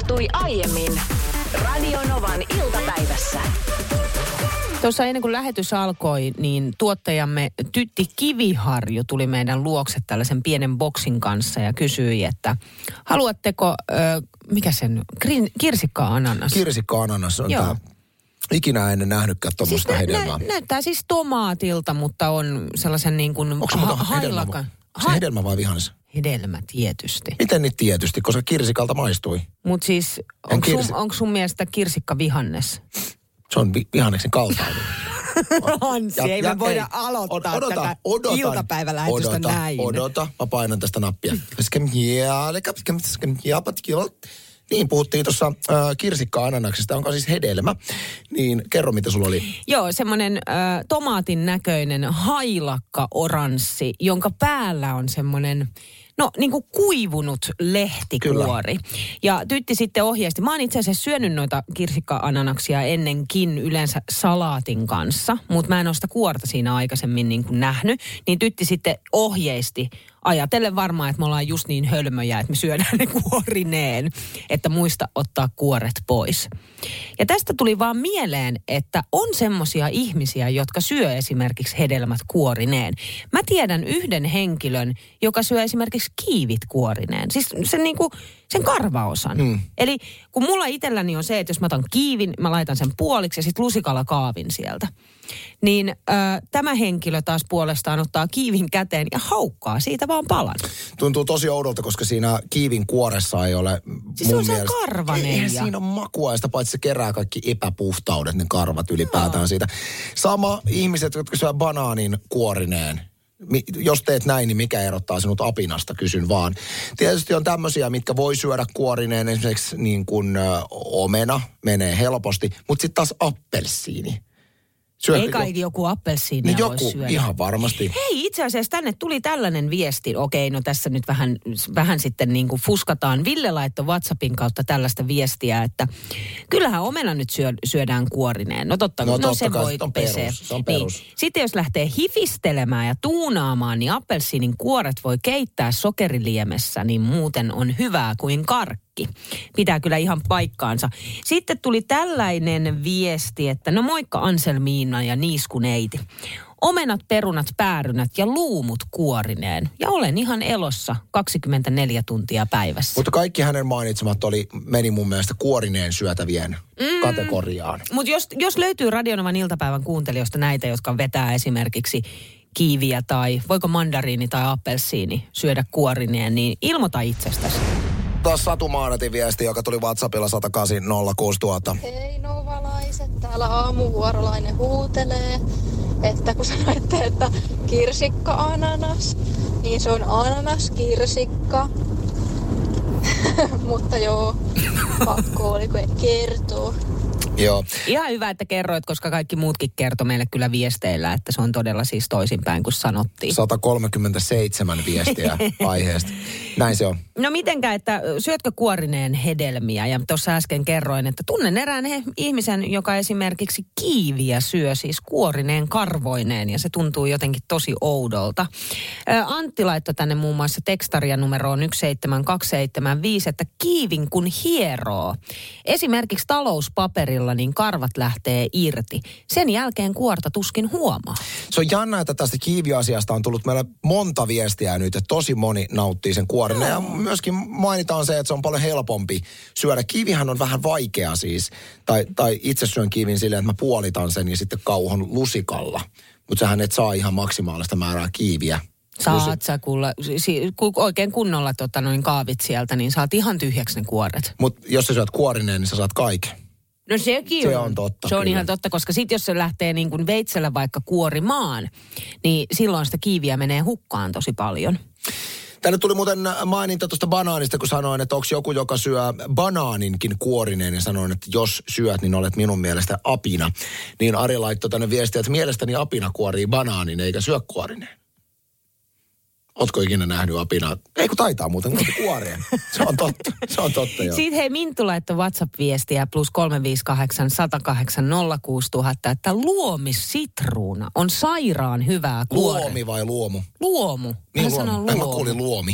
tapahtui aiemmin Radionovan iltapäivässä. Tuossa ennen kuin lähetys alkoi, niin tuottajamme Tytti Kiviharju tuli meidän luokse tällaisen pienen boksin kanssa ja kysyi, että haluatteko, mikä sen, kirsikka-ananas? Kirsikka-ananas on tämä. Ikinä en nähnytkään tuommoista hedelmää. Näyttää siis tomaatilta, mutta on sellaisen niin kuin hailakan. Se hedelmä vai vihannes? Hedelmä tietysti. Miten niin tietysti, koska kirsikalta maistui? Mutta siis, onko sun mielestä kirsikka vihannes? Se on vihanneksen kaltainen. Hansi, me voida aloittaa tätä iltapäivälähetystä näin. Odota, mä painan tästä nappia. Niin, puhuttiin tuossa kirsikka-ananaksesta, onko siis hedelmä. Niin kerro, mitä sulla oli. Joo, semmoinen tomaatin näköinen hailakka-oranssi, jonka päällä on semmoinen, no niin kuin kuivunut lehtikuori. Kyllä. Ja Tytti sitten ohjeisti. Mä oon itse asiassa syönyt noita kirsikka-ananaksia ennenkin yleensä salaatin kanssa, mutta mä en ole sitä kuorta siinä aikaisemmin niin kuin nähnyt. Niin Tytti sitten ohjeisti. Ajatellen varmaan, että me ollaan just niin hölmöjä, että me syödään ne kuorineen, että muista ottaa kuoret pois. Ja tästä tuli vaan mieleen, että on semmoisia ihmisiä, jotka syö esimerkiksi hedelmät kuorineen. Mä tiedän yhden henkilön, joka syö esimerkiksi kiivit kuorineen. Siis sen karvaosan. Eli kun mulla itselläni on se, että jos mä otan kiivin, mä laitan sen puoliksi ja sitten lusikalla kaavin sieltä. Niin tämä henkilö taas puolestaan ottaa kiivin käteen ja haukkaa siitä vaan palan. Tuntuu tosi oudolta, koska siinä kiivin kuoressa ei ole siis mun mielestä. Se on karvanen. Eihän siinä ole makua, sitä paitsi se kerää kaikki epäpuhtaudet, ne karvat ylipäätään siitä. Sama ihmiset, jotka syö banaanin kuorineen. Jos teet näin, niin mikä erottaa sinut apinasta, kysyn vaan. Tietysti on tämmöisiä, mitkä voi syödä kuorineen, esimerkiksi niin kuin omena menee helposti, mutta sitten taas appelsiini. Ei kai joku appelsiinia niin voi syödä. Ihan varmasti. Hei, itse asiassa tänne tuli tällainen viesti. Okei, no tässä nyt vähän sitten niin kuin fuskataan. Ville laittoi WhatsAppin kautta tällaista viestiä, että kyllähän omena nyt syödään kuorineen. No totta se voi pesee. Se on perus. Niin. Sitten jos lähtee hifistelemään ja tuunaamaan, niin appelsiinin kuoret voi keittää sokeriliemessä, niin muuten on hyvää kuin karkki. Pitää kyllä ihan paikkaansa. Sitten tuli tällainen viesti, että no moikka Anselmiina ja niiskuneiti. Omenat, perunat, päärynät ja luumut kuorineen. Ja olen ihan elossa 24 tuntia päivässä. Mutta kaikki hänen mainitsemat meni mun mielestä kuorineen syötävien kategoriaan. Mutta jos löytyy Radionovan iltapäivän kuuntelijoista näitä, jotka vetää esimerkiksi kiiviä tai voiko mandariini tai appelsiini syödä kuorineen, niin ilmoita itsestäsi. Taas Satu Maanatin viesti, joka tuli WhatsAppilla 10806 000. Hei novalaiset, täällä aamuvuorolainen huutelee, että kun sanoitte, että kirsikka-ananas, niin se on ananas-kirsikka. Mutta joo, pakko oli kertoo. Joo. Ihan hyvä, että kerroit, koska kaikki muutkin kertoi meille kyllä viesteillä, että se on todella siis toisinpäin kuin sanottiin. 137 viestiä aiheesta. Näin se on. No mitenkä, että syötkö kuorineen hedelmiä? Ja tuossa äsken kerroin, että tunnen erään ihmisen, joka esimerkiksi kiiviä syö siis kuorineen karvoineen. Ja se tuntuu jotenkin tosi oudolta. Antti laittoi tänne muun muassa tekstaria numeroon 17275, että kiivin kun hieroo. Esimerkiksi talouspaperilla niin karvat lähtee irti. Sen jälkeen kuorta tuskin huomaa. Se on jännä, että tästä kiiviasiasta on tullut meille monta viestiä nyt, että tosi moni nauttii sen kuorineen. Ja myöskin mainitaan se, että se on paljon helpompi syödä. Kiivihän on vähän vaikea siis. Tai itse syön kiivin silleen, että mä puolitan sen ja sitten kauhon lusikalla. Mutta sähän et saa ihan maksimaalista määrää kiiviä. Saat sä kun oikein kunnolla kaavit sieltä, niin saat ihan tyhjäksi ne kuoret. Mutta jos sä syöt kuorineen, niin sä saat kaiken. No sekin se on totta. Se on kyllä ihan totta, koska sitten jos se lähtee niin kuin veitsellä vaikka kuorimaan, niin silloin sitä kiiviä menee hukkaan tosi paljon. Tänne tuli muuten maininta tuosta banaanista, kun sanoin, että onko joku, joka syö banaaninkin kuorineen, ja sanoin, että jos syöt, niin olet minun mielestä apina. Niin Ari laittoi tänne viestiä, että mielestäni apina kuorii banaanin eikä syö kuorineen. Ootko ikinä nähnyt apinaa? Ei kun taitaa muuten, mutta kuoria. Se on totta joo. Siitä hei Minttu laittoi WhatsApp-viestiä +358 108 06000, että luomisitruuna on sairaan hyvää kuorea. Luomi vai luomu? Luomu. Niin luomu. Mä kuulin luomi.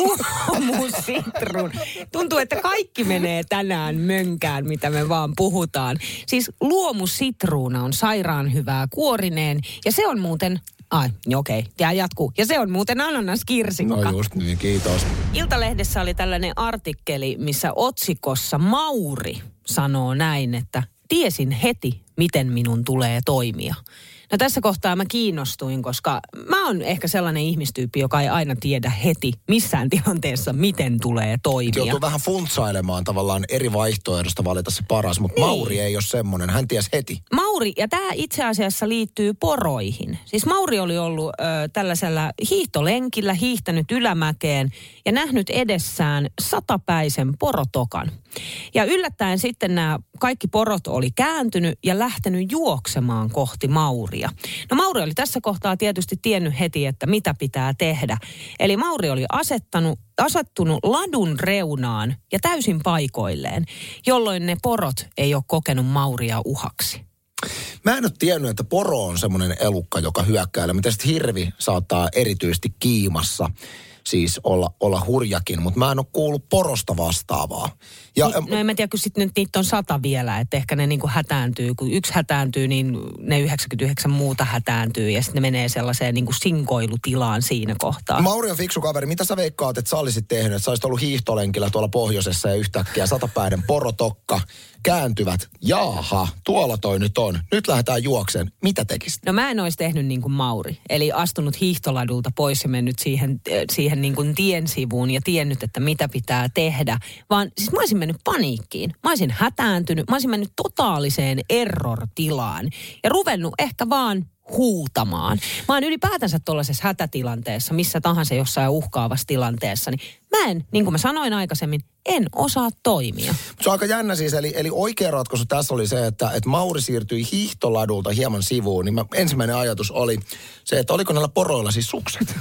Luomusitruuna. Tuntuu, että kaikki menee tänään mönkään, mitä me vaan puhutaan. Siis luomusitruuna on sairaan hyvää kuorineen ja se on muuten... okei. Tämä jatkuu. Ja se on muuten ananaskirsikka. No just niin, kiitos. Iltalehdessä oli tällainen artikkeli, missä otsikossa Mauri sanoo näin, että tiesin heti, miten minun tulee toimia. No tässä kohtaa mä kiinnostuin, koska mä oon ehkä sellainen ihmistyyppi, joka ei aina tiedä heti missään tilanteessa, miten tulee toimia. Joutuu vähän funtsailemaan tavallaan eri vaihtoehdosta valita se paras, mutta niin. Mauri ei ole semmoinen, hän tiesi heti. Mauri, ja tämä itse asiassa liittyy poroihin. Siis Mauri oli ollut tällaisella hiihtolenkillä, hiihtänyt ylämäkeen ja nähnyt edessään 100-päisen porotokan. Ja yllättäen sitten nämä kaikki porot oli kääntynyt ja lähtenyt juoksemaan kohti Mauria. No Mauri oli tässä kohtaa tietysti tiennyt heti, että mitä pitää tehdä. Eli Mauri oli asettunut ladun reunaan ja täysin paikoilleen, jolloin ne porot ei ole kokenut Mauria uhaksi. Mä en ole tiennyt, että poro on semmoinen elukka, joka hyökkäilee. Mitä sitten hirvi saattaa erityisesti kiimassa siis olla hurjakin, mutta mä en ole kuullut porosta vastaavaa. Ja, no en mä tiedä, kun sitten nyt niitä on 100 vielä, että ehkä ne niinku hätääntyy. Kun yksi hätääntyy, niin ne 99 muuta hätääntyy ja sitten ne menee sellaiseen niinku sinkoilutilaan siinä kohtaa. Mauri on fiksu kaveri. Mitä sä veikkaat, että sä olisit tehnyt? Että sä olisit ollut hiihtolenkillä tuolla pohjoisessa ja yhtäkkiä 100-päinen porotokka kääntyvät. Jaaha, tuolla toi nyt on. Nyt lähdetään juokseen. Mitä tekisit? No mä en olisi tehnyt niin kuin Mauri. Eli astunut hiihtoladulta pois ja mennyt siihen niin kuin tien sivuun ja tiennyt, että mitä pitää tehdä. Vaan siis mä olisin mennyt paniikkiin. Mä olisin hätääntynyt. Mä olisin mennyt totaaliseen error-tilaan. Ja ruvennut ehkä vaan huutamaan. Mä oon ylipäätänsä tuollaisessa hätätilanteessa, missä tahansa jossain uhkaavassa tilanteessa, niin mä en, niin kuin mä sanoin aikaisemmin, en osaa toimia. Se on aika jännä siis, eli oikea ratkaisu tässä oli se, että Mauri siirtyi hiihtoladulta hieman sivuun, niin ensimmäinen ajatus oli se, että oliko näillä poroilla siis sukset.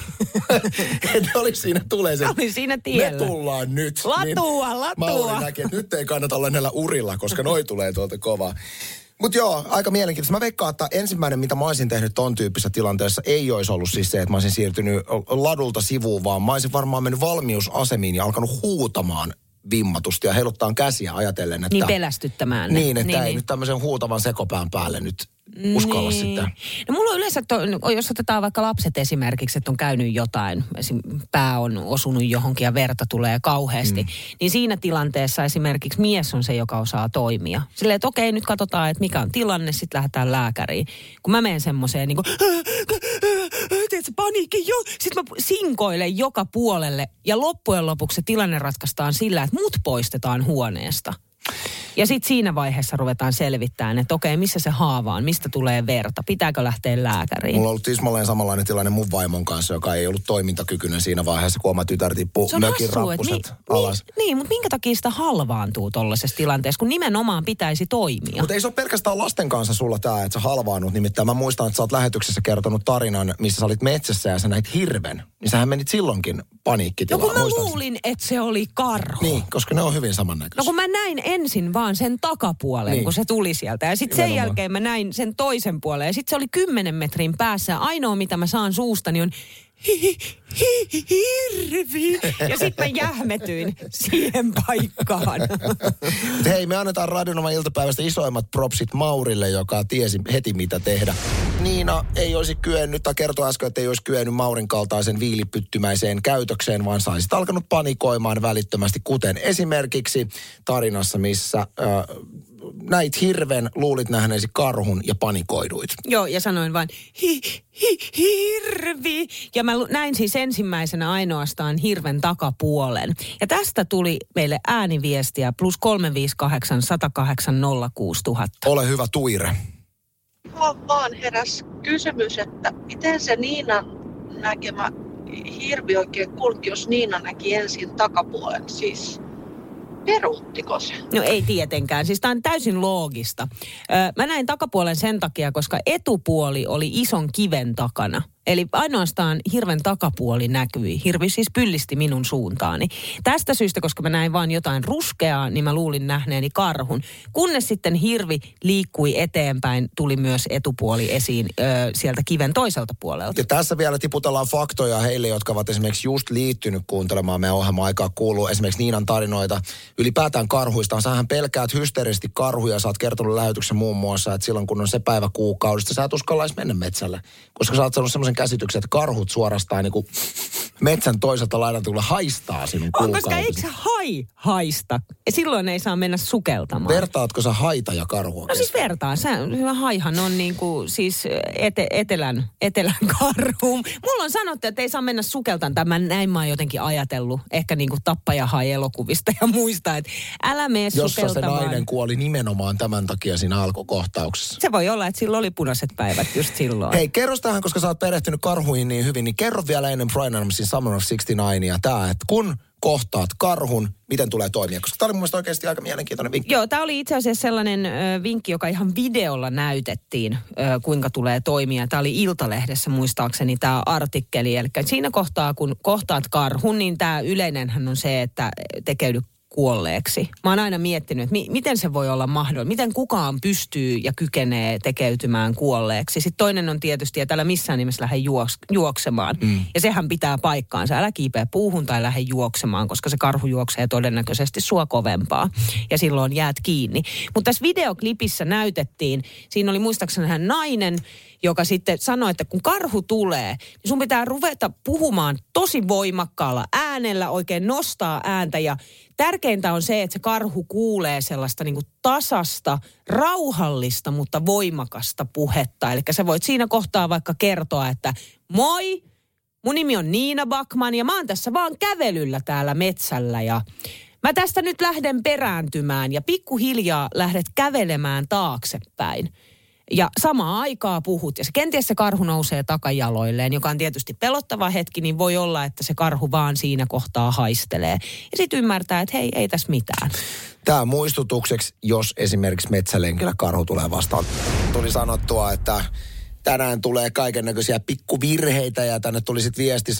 Että oli siinä tiellä. Me tullaan nyt. Latua. Mauri näki, että nyt ei kannata olla näillä urilla, koska noi tulee tuolta kovaa. Mutta joo, aika mielenkiintoista. Mä veikkaan, että ensimmäinen, mitä mä olisin tehnyt ton tyyppisessä tilanteessa, ei olisi ollut siis se, että mä olisin siirtynyt ladulta sivuun, vaan mä olisin varmaan mennyt valmiusasemiin ja alkanut huutamaan vimmatusti ja heiluttaan käsiä ajatellen, että... Niin pelästyttämään. Niin, että ei nyt tämmöisen huutavan sekopään päälle nyt uskalla sitten. No mulla on yleensä, jos otetaan vaikka lapset esimerkiksi, että on käynyt jotain, pää on osunut johonkin ja verta tulee kauheasti, niin siinä tilanteessa esimerkiksi mies on se, joka osaa toimia. Silleen, että okei, nyt katsotaan, että mikä on tilanne, sitten lähdetään lääkäriin. Kun mä menen semmoiseen niin kuin, teetkö paniikki, joo. Sitten mä sinkoilen joka puolelle ja loppujen lopuksi se tilanne ratkaistaan sillä, että mut poistetaan huoneesta. Ja sitten siinä vaiheessa ruvetaan selvittämään, että okei, missä se haava on, mistä tulee verta, pitääkö lähteä lääkäriin. Mulla on ollut tismalleen samanlainen tilanne mun vaimon kanssa, joka ei ollut toimintakykyinen siinä vaiheessa, kun oma tytär tippui mökin rappuset alas. Niin, mutta minkä takia sitä halvaantuu tollaisessa tilanteessa, kun nimenomaan pitäisi toimia? Mutta ei se ole pelkästään lasten kanssa sulla tämä, että sä halvaannut. Nimittäin mä muistan, että sä oot lähetyksessä kertonut tarinan, missä sä olit metsässä ja sä näit hirven. Niin sähän menit silloinkin paniikkitilaan. No kun mä luulin, että se oli karhu. Niin, koska ne on hyvin samannäköisiä. No kun mä näin ensin vaan sen takapuolen, kun se tuli sieltä. Ja sitten sen jälkeen mä näin sen toisen puolen. Ja sitten se oli 10 metrin päässä. Ainoa, mitä mä saan suustani on hirvi. Ja sitten mä jähmetyin siihen paikkaan. Hei, me annetaan Radionovan iltapäivästä isoimmat propsit Maurille, joka tiesi heti mitä tehdä. Niina ei olisi kyennyt, tai kertoi äsken, että ei olisi kyennyt Maurin kaltaisen viilipyttymäiseen käytökseen, vaan saisit alkanut panikoimaan välittömästi, kuten esimerkiksi tarinassa, missä näit hirven, luulit nähneesi karhun ja panikoiduit. Joo, ja sanoin vain hirvi. Ja mä näin siis ensimmäisenä ainoastaan hirven takapuolen. Ja tästä tuli meille ääniviestiä +358 108 06000. Ole hyvä, Tuire. Mulla vaan heräs kysymys, että miten se Niinan näkemä hirvi oikein kulki, jos Niina näki ensin takapuolen, siis peruuttiko se? No ei tietenkään, siis tää on täysin loogista. Mä näin takapuolen sen takia, koska etupuoli oli ison kiven takana. Eli ainoastaan hirven takapuoli näkyi. Hirvi siis pyllisti minun suuntaani. Tästä syystä, koska mä näin vaan jotain ruskeaa, niin mä luulin nähneeni karhun. Kunnes sitten hirvi liikkui eteenpäin, tuli myös etupuoli esiin sieltä kiven toiselta puolelta. Ja tässä vielä tiputellaan faktoja heille, jotka ovat esimerkiksi just liittynyt kuuntelemaan meidän ohjelman aikaa. Kuuluu esimerkiksi Niinan tarinoita ylipäätään karhuista. Sähän pelkäät hysteerisesti karhuja. Sä oot kertonut lähetyksen muun muassa, että silloin kun on se päivä kuukaudesta, sä et uskallaisi mennä metsälle. Koska sä oot saanut semmoisen käsityksen, että karhut suorastaan niin kuin metsän toiselta laidalta tulla haistaa sinun kuukaudesta. Koska eikö se haista? Silloin ei saa mennä sukeltamaan. Vertaatko sä haita ja karhua? No siis vertaan. Haihan on niinku siis etelän karhu. Mulla on sanottu, että ei saa mennä sukeltamaan. Näin mä oon jotenkin ajatellut. Ehkä niinku Tappaja-hai-elokuvista ja muista, että älä mene sukeltamaan. Jossa se nainen kuoli nimenomaan tämän takia siinä alkukohtauksessa. Se voi olla, että sillä oli punaiset päivät just silloin. Hei, kerro tähän, koska sä oot perehtynyt karhuihin niin hyvin, niin kerro vielä ennen Bryan Adamsin Summer of 69 tää, että kun kohtaat karhun, miten tulee toimia? Koska tää oli mun mielestä oikeasti aika mielenkiintoinen vinkki. Joo, tää oli itse asiassa sellainen vinkki, joka ihan videolla näytettiin, kuinka tulee toimia. Tää oli Iltalehdessä muistaakseni tää artikkeli. Eli siinä kohtaa, kun kohtaat karhun, niin tää yleinenhän on se, että tekeydy kuolleeksi. Mä oon aina miettinyt, että miten se voi olla mahdollista. Miten kukaan pystyy ja kykenee tekeytymään kuolleeksi. Sitten toinen on tietysti, että älä missään nimessä lähde juoksemaan. Ja sehän pitää paikkaansa. Älä kiipeä puuhun tai lähde juoksemaan, koska se karhu juoksee todennäköisesti sua kovempaa. Ja silloin jäät kiinni. Mutta tässä videoklipissä näytettiin, siinä oli muistaakseni hän nainen, joka sitten sanoi, että kun karhu tulee, niin sun pitää ruveta puhumaan tosi voimakkaalla äänellä, oikein nostaa ääntä. Ja tärkeintä on se, että se karhu kuulee sellaista niin kuin tasasta, rauhallista, mutta voimakasta puhetta. Eli sä voit siinä kohtaa vaikka kertoa, että moi, mun nimi on Niina Backman ja mä oon tässä vaan kävelyllä täällä metsällä ja mä tästä nyt lähden perääntymään ja pikkuhiljaa lähdet kävelemään taaksepäin. Ja samaan aikaa puhut. Ja kenties se karhu nousee takajaloilleen, joka on tietysti pelottava hetki, niin voi olla, että se karhu vaan siinä kohtaa haistelee. Ja sitten ymmärtää, että hei, ei tässä mitään. Tämä muistutukseksi, jos esimerkiksi metsälenkillä karhu tulee vastaan. Tuli sanottua, että tänään tulee kaikennäköisiä pikkuvirheitä ja tänne tuli sitten viesti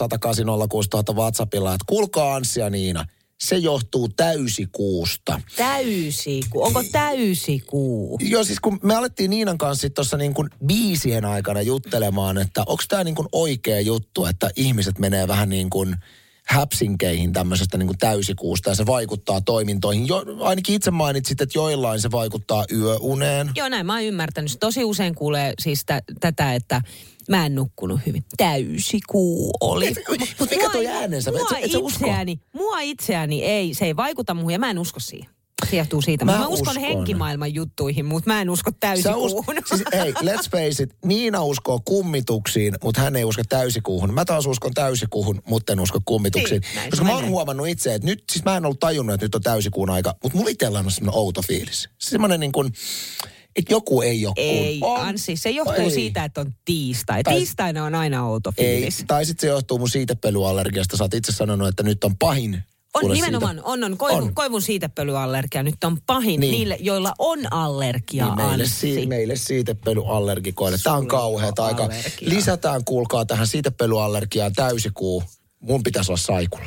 10806 WhatsAppilla, että kuulkaa Anssi ja Niina. Se johtuu täysikuusta. Täysikuu? Onko täysikuu? Joo, siis kun me alettiin Niinan kanssa tuossa niin kuin biisien aikana juttelemaan, että onko tämä niin kuin oikea juttu, että ihmiset menee vähän niin kuin häpsinkeihin tämmöisestä niin kuin täysikuusta ja se vaikuttaa toimintoihin. Ainakin itse mainitsit, että joillain se vaikuttaa yöuneen. Joo, näin mä oon ymmärtänyt. Tosi usein kuulee siis tätä, että mä en nukkunut hyvin. Täysikuu oli. Mutta mikä toi äänensä? Mua itseäni ei, se ei vaikuta muuhun ja mä en usko siihen. Se johtuu siitä. Mä uskon henkimaailman juttuihin, mutta mä en usko täysikuuhun. Siis hei, let's face it, Niina uskoo kummituksiin, mutta hän ei usko täysikuuhun. Mä taas uskon täysikuuhun, mutta en usko kummituksiin. Koska mä oon huomannut itse, että nyt, siis mä en ollut tajunnut, että nyt on täysikuun aika, mutta mulla itsellään on semmoinen outo fiilis. Semmoinen niin kuin, että joku ei ole Ei, Anssi, se johtuu siitä, että on tiistai. Tiistaina on aina outo fiilis. Ei, tai sitten se johtuu mun siitepölyallergiasta. Sä oot itse sanonut, että nyt on pahin. On nimenomaan, koivun siitepölyallergia. Nyt on pahin niille, joilla on allergia, Anssi. Meille siitepölyallergikoille. Tämä on kauheata aika. Lisätään, kuulkaa, tähän siitepölyallergiaan täysikuu. Mun pitäisi olla saikulla.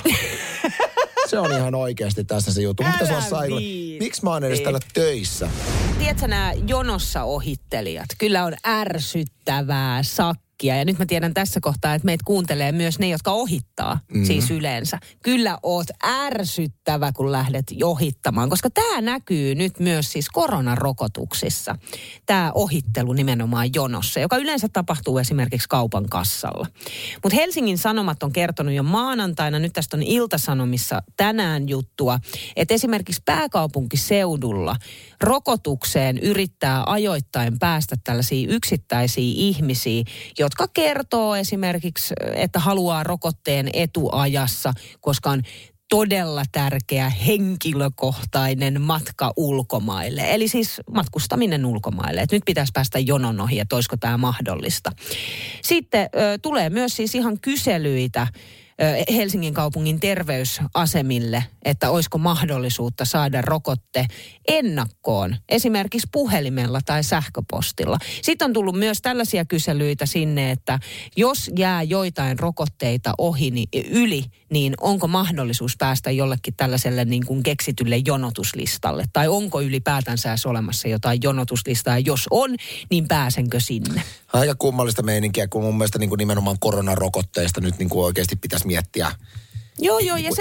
Se on ihan oikeasti tässä se juttu. Mun pitäisi olla saikulla. Miksi mä oon edes täällä töissä? Tiedätkö nämä jonossa ohittelijat? Kyllä on ärsyttävää sakkia. Ja nyt mä tiedän tässä kohtaa, että meitä kuuntelee myös ne, jotka ohittaa, siis yleensä. Kyllä oot ärsyttävä, kun lähdet ohittamaan, koska tämä näkyy nyt myös siis koronarokotuksissa. Tämä ohittelu nimenomaan jonossa, joka yleensä tapahtuu esimerkiksi kaupan kassalla. Mutta Helsingin Sanomat on kertonut jo maanantaina, nyt tästä on Ilta-Sanomissa tänään juttua, että esimerkiksi pääkaupunkiseudulla rokotukseen yrittää ajoittain päästä tällaisia yksittäisiä ihmisiä, jotka kertoo esimerkiksi, että haluaa rokotteen etuajassa, koska on todella tärkeä henkilökohtainen matka ulkomaille. Eli siis matkustaminen ulkomaille. Et nyt pitäisi päästä jonon ohi, että olisiko tämä mahdollista. Sitten tulee myös siis ihan kyselyitä Helsingin kaupungin terveysasemille, että olisiko mahdollisuutta saada rokotte ennakkoon, esimerkiksi puhelimella tai sähköpostilla. Sitten on tullut myös tällaisia kyselyitä sinne, että jos jää joitain rokotteita yli, niin onko mahdollisuus päästä jollekin tällaiselle niin kuin keksitylle jonotuslistalle? Tai onko ylipäätänsä olemassa jotain jonotuslistaa? Jos on, niin pääsenkö sinne? Aika kummallista meininkiä, kun mun mielestä niin kuin nimenomaan koronarokotteista nyt niin kuin oikeasti pitäisi miettiä. Joo,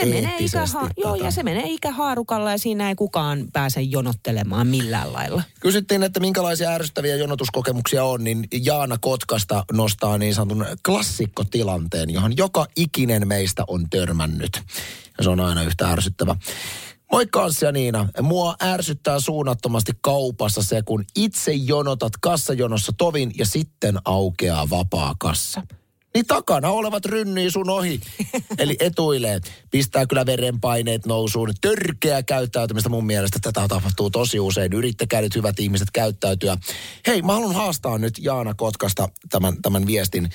ja se menee ikähaarukalla ja siinä ei kukaan pääse jonottelemaan millään lailla. Kysyttiin, että minkälaisia ärsyttäviä jonotuskokemuksia on, niin Jaana Kotkasta nostaa niin sanotun klassikkotilanteen, johon joka ikinen meistä on törmännyt. Ja se on aina yhtä ärsyttävä. Moikka Anssi ja Niina. Mua ärsyttää suunnattomasti kaupassa se, kun itse jonotat kassajonossa tovin ja sitten aukeaa vapaa kassa. Niin takana olevat rynnii sun ohi. Eli etuilee. Pistää kyllä verenpaineet nousuun. Törkeä käyttäytymistä mun mielestä. Tätä tapahtuu tosi usein. Yrittäkää nyt hyvät ihmiset käyttäytyä. Hei, mä haluan haastaa nyt Jaana Kotkasta tämän viestin.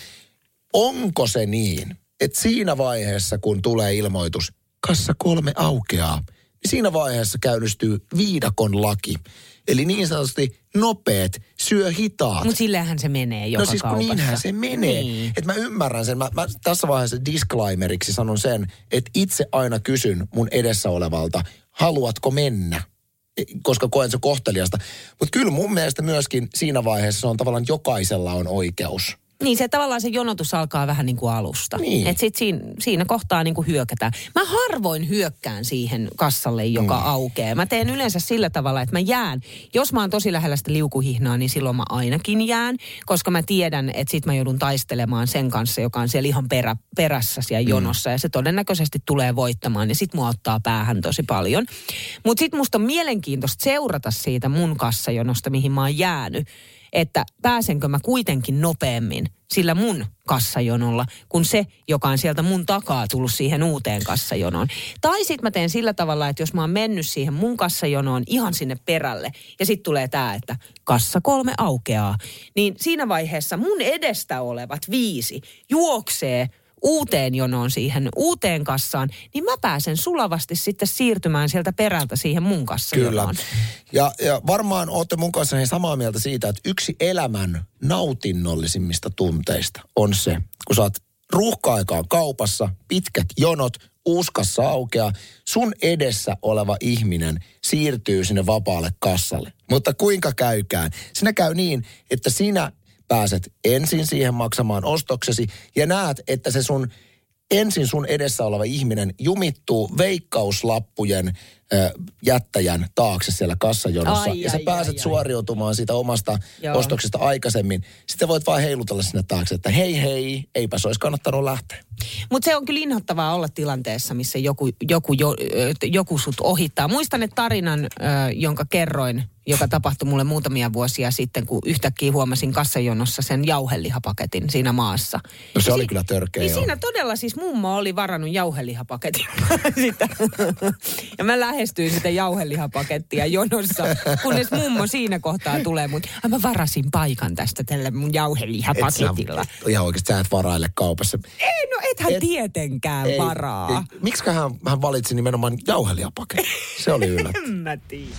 Onko se niin, että siinä vaiheessa, kun tulee ilmoitus, kassa 3 aukeaa, niin siinä vaiheessa käynnistyy viidakon laki. Eli niin sanotusti nopeat syö hitaat. Mutta sillähän se menee joka kaupassa. No siis kun niinhän se menee. Niin. Että mä ymmärrän sen. Mä tässä vaiheessa disclaimeriksi sanon sen, että itse aina kysyn mun edessä olevalta, haluatko mennä? Koska koen se kohteliasta. Mutta kyllä mun mielestä myöskin siinä vaiheessa on tavallaan jokaisella on oikeus. Niin, se tavallaan se jonotus alkaa vähän niin kuin alusta. Niin. Että sitten siinä kohtaa niin kuin hyökätään. Mä harvoin hyökkään siihen kassalle, joka aukeaa. Mä teen yleensä sillä tavalla, että mä jään. Jos mä oon tosi lähellä sitä liukuhihnaa, niin silloin mä ainakin jään. Koska mä tiedän, että sit mä joudun taistelemaan sen kanssa, joka on siellä ihan perässä siellä jonossa. Ja se todennäköisesti tulee voittamaan. Ja sit mua ottaa päähän tosi paljon. Mutta sit musta on mielenkiintoista seurata siitä mun kassajonosta, mihin mä oon jäänyt. Että pääsenkö mä kuitenkin nopeammin sillä mun kassajonolla, kuin se, joka on sieltä mun takaa tullut siihen uuteen kassajonoon. Tai sit mä teen sillä tavalla, että jos mä oon mennyt siihen mun kassajonoon ihan sinne perälle, ja sit tulee tää, että kassa 3 aukeaa, niin siinä vaiheessa mun edestä olevat 5 juoksee uuteen jonoon siihen uuteen kassaan, niin mä pääsen sulavasti sitten siirtymään sieltä perältä siihen mun kassajonoon. Kyllä. Ja varmaan ootte mun kanssa samaa mieltä siitä, että yksi elämän nautinnollisimmista tunteista on se, kun sä oot ruuhka-aikaan kaupassa, pitkät jonot, uusi kassa aukeaa, sun edessä oleva ihminen siirtyy sinne vapaalle kassalle. Mutta kuinka käykään? Siinä käy niin, että sinä pääset ensin siihen maksamaan ostoksesi ja näet, että se ensin sun edessä oleva ihminen jumittuu veikkauslappujen jättäjän taakse siellä kassajonossa. Ja sä pääset suoriutumaan siitä omasta ostoksesta aikaisemmin. Sitten voit vaan heilutella sinne taakse, että hei, eipä se olisi kannattanut lähteä. Mutta se on kyllä inhottavaa olla tilanteessa, missä joku sut ohittaa. Muistan, että tarinan, jonka kerroin, joka tapahtui mulle muutamia vuosia sitten, kun yhtäkkiä huomasin kassajonossa sen jauhelihapaketin siinä maassa. No se oli kyllä törkeä. Niin siinä todella siis mummo oli varannut jauhelihapaketin sitä. Ja mä lähestyin sitä jauhelihapakettia jonossa, kunnes mummo siinä kohtaa tulee. Mutta mä varasin paikan tästä tällä mun jauhelihapaketilla. Ihan oikeasti sä et varaile kaupassa. Ei, no ethän tietenkään varaa. Miksi hän valitsi nimenomaan jauhelihapaketin? Se oli yllätys. En mä tiedä.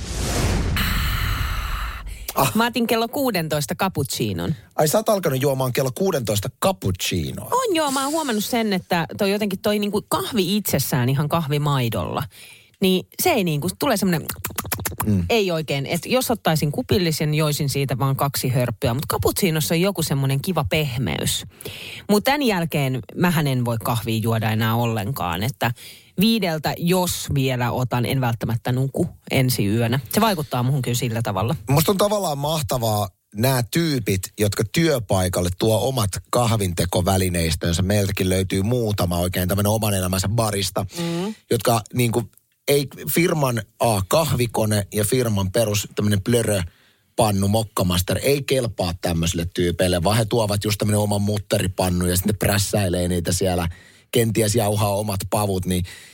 Mä otin kello 16 cappuccinon. Ai sä oot alkanut juomaan kello 16 cappuccinoa. On joo, mä oon huomannut sen, että toi niinku kahvi itsessään ihan kahvimaidolla. Niin se ei niinku, tulee semmoinen, ei oikein. Että jos ottaisin kupillisen, joisin siitä vaan 2 hörppyä. Mutta cappuccinossa on joku semmoinen kiva pehmeys. Mutta tämän jälkeen mähän en voi kahvia juoda enää ollenkaan. Että 5, jos vielä otan, en välttämättä nuku ensi yönä. Se vaikuttaa muhun kyllä sillä tavalla. Musta on tavallaan mahtavaa nämä tyypit, jotka työpaikalle tuo omat kahvintekovälineistönsä. Meiltäkin löytyy muutama oikein tämmöinen oman elämänsä barista, jotka niinku, ei firman kahvikone ja firman perus tämmöinen plöröpannu mokkamaster ei kelpaa tämmöisille tyypeille, vaan he tuovat just tämmöinen oman mutteripannu ja sitten prässäilee niitä siellä, kenties jauhaa omat pavut, niin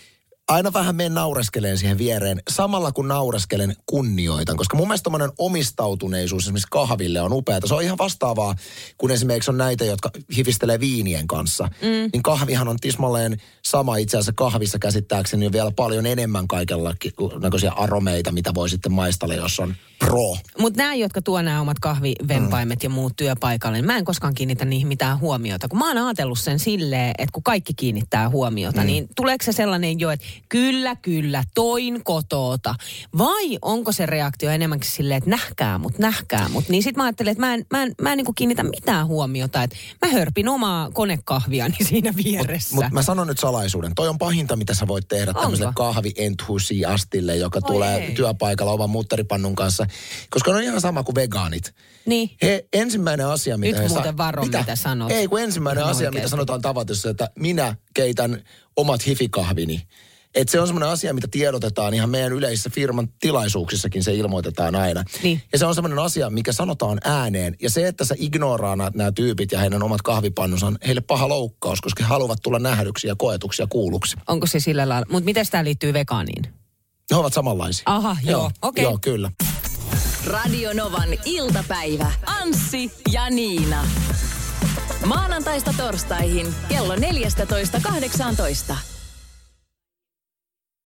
aina vähän menen naureskeleen siihen viereen. Samalla kun naureskelen, kunnioitan. Koska mun mielestä tommoinen omistautuneisuus esimerkiksi kahville on upeata. Se on ihan vastaavaa, kun esimerkiksi on näitä, jotka hifistelee viinien kanssa. Niin kahvihan on tismalleen sama. Itse asiassa kahvissa käsittääkseni on vielä paljon enemmän kaikenlaisia aromeita, mitä voi sitten maistella, jos on pro. Mutta nämä, jotka tuo nämä omat kahvivempaimet ja muut työpaikalle, niin mä en koskaan kiinnitä niihin mitään huomiota. Kun mä oon ajatellut sen silleen, että kun kaikki kiinnittää huomiota, niin tuleeko se sellainen jo, että kyllä, toin kotoota. Vai onko se reaktio enemmänkin silleen, että nähkää mut. Niin sit mä ajattelin, että mä en niin kuin kiinnitä mitään huomiota, että mä hörpin omaa konekahviani siinä vieressä. Mutta mä sanon nyt salaisuuden. Toi on pahinta, mitä sä voit tehdä tämmöiselle kahvientusiastille, joka tulee työpaikalla oman mutteripannun kanssa. Koska on ihan sama kuin vegaanit. Niin. Ensimmäinen asia, mitä nyt muuten varo, mitä sanot. Ei, kun ensimmäinen asia, mitä sanotaan tavatessa, että minä keitän omat hifikahvini. Että se on semmoinen asia, mitä tiedotetaan ihan meidän yleisissä firman tilaisuuksissakin, se ilmoitetaan aina. Niin. Ja se on semmoinen asia, mikä sanotaan ääneen. Ja se, että sä ignoraat nämä tyypit ja heidän omat kahvipannunsa on heille paha loukkaus, koska he haluavat tulla nähdyksi ja koetuksi ja kuulluksi. Onko se sillä lailla? Mutta miten tämä liittyy vegaaniin? Ne ovat samanlaisia. Aha, joo. Okei. Joo, kyllä. Radio Novan iltapäivä. Anssi ja Niina. Maanantaista torstaihin kello 14.18.